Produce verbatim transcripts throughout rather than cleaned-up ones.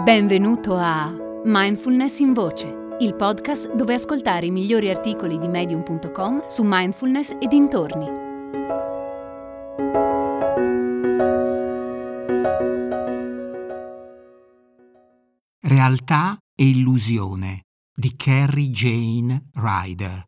Benvenuto a Mindfulness in Voce, il podcast dove ascoltare i migliori articoli di medium punto com su mindfulness e dintorni. Realtà e illusione di Carrie Jane Ryder.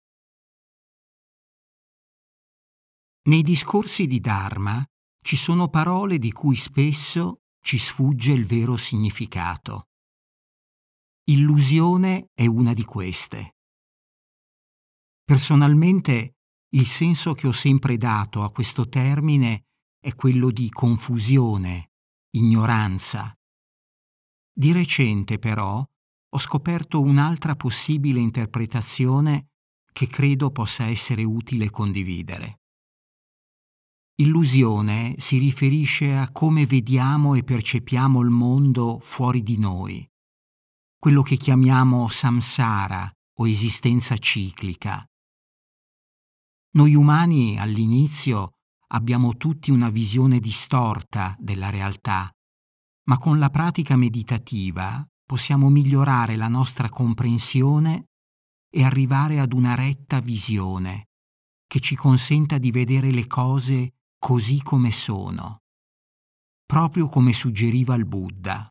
Nei discorsi di Dharma ci sono parole di cui spesso ci sfugge il vero significato. Illusione è una di queste. Personalmente, il senso che ho sempre dato a questo termine è quello di confusione, ignoranza. Di recente, però, ho scoperto un'altra possibile interpretazione che credo possa essere utile condividere. Illusione si riferisce a come vediamo e percepiamo il mondo fuori di noi, quello che chiamiamo samsara o esistenza ciclica. Noi umani all'inizio abbiamo tutti una visione distorta della realtà, ma con la pratica meditativa possiamo migliorare la nostra comprensione e arrivare ad una retta visione che ci consenta di vedere le cose così come sono, proprio come suggeriva il Buddha.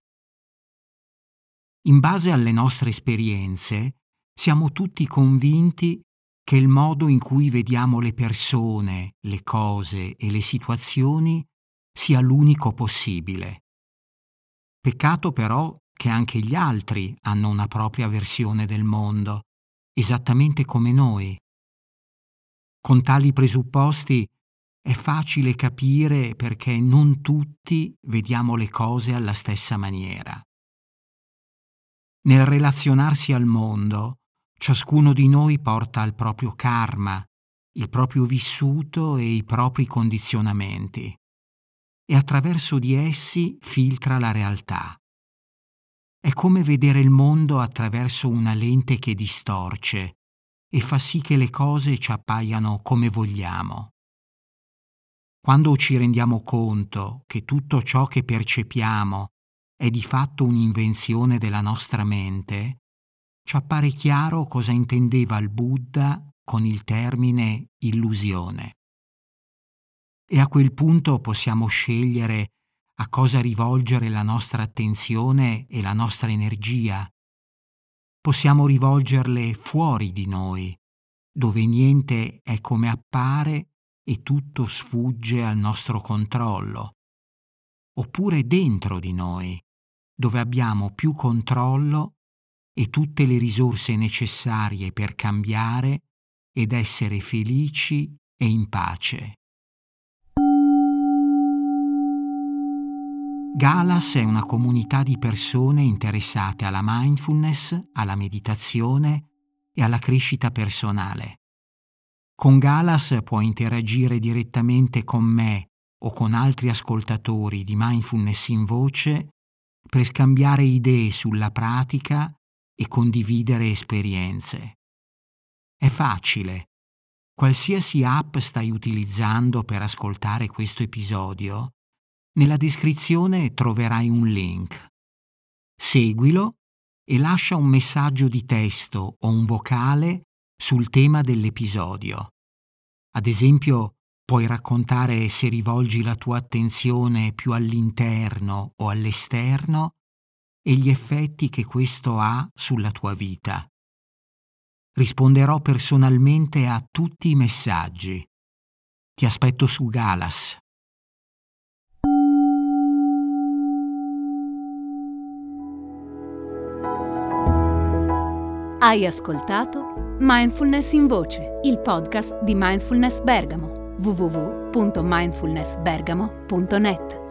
In base alle nostre esperienze, siamo tutti convinti che il modo in cui vediamo le persone, le cose e le situazioni sia l'unico possibile. Peccato però che anche gli altri hanno una propria versione del mondo, esattamente come noi. Con tali presupposti è facile capire perché non tutti vediamo le cose alla stessa maniera. Nel relazionarsi al mondo, ciascuno di noi porta il proprio karma, il proprio vissuto e i propri condizionamenti, e attraverso di essi filtra la realtà. È come vedere il mondo attraverso una lente che distorce e fa sì che le cose ci appaiano come vogliamo. Quando ci rendiamo conto che tutto ciò che percepiamo è di fatto un'invenzione della nostra mente, ci appare chiaro cosa intendeva il Buddha con il termine illusione. E a quel punto possiamo scegliere a cosa rivolgere la nostra attenzione e la nostra energia. Possiamo rivolgerle fuori di noi, dove niente è come appare e tutto sfugge al nostro controllo, oppure dentro di noi, dove abbiamo più controllo e tutte le risorse necessarie per cambiare ed essere felici e in pace. Galas è una comunità di persone interessate alla mindfulness, alla meditazione e alla crescita personale. Con Galas puoi interagire direttamente con me o con altri ascoltatori di Mindfulness in Voce per scambiare idee sulla pratica e condividere esperienze. È facile. Qualsiasi app stai utilizzando per ascoltare questo episodio, nella descrizione troverai un link. Seguilo e lascia un messaggio di testo o un vocale sul tema dell'episodio. Ad esempio, puoi raccontare se rivolgi la tua attenzione più all'interno o all'esterno e gli effetti che questo ha sulla tua vita. Risponderò personalmente a tutti i messaggi. Ti aspetto su Galas. Hai ascoltato Mindfulness in Voce, il podcast di Mindfulness Bergamo, w w w punto mindfulness bergamo punto net.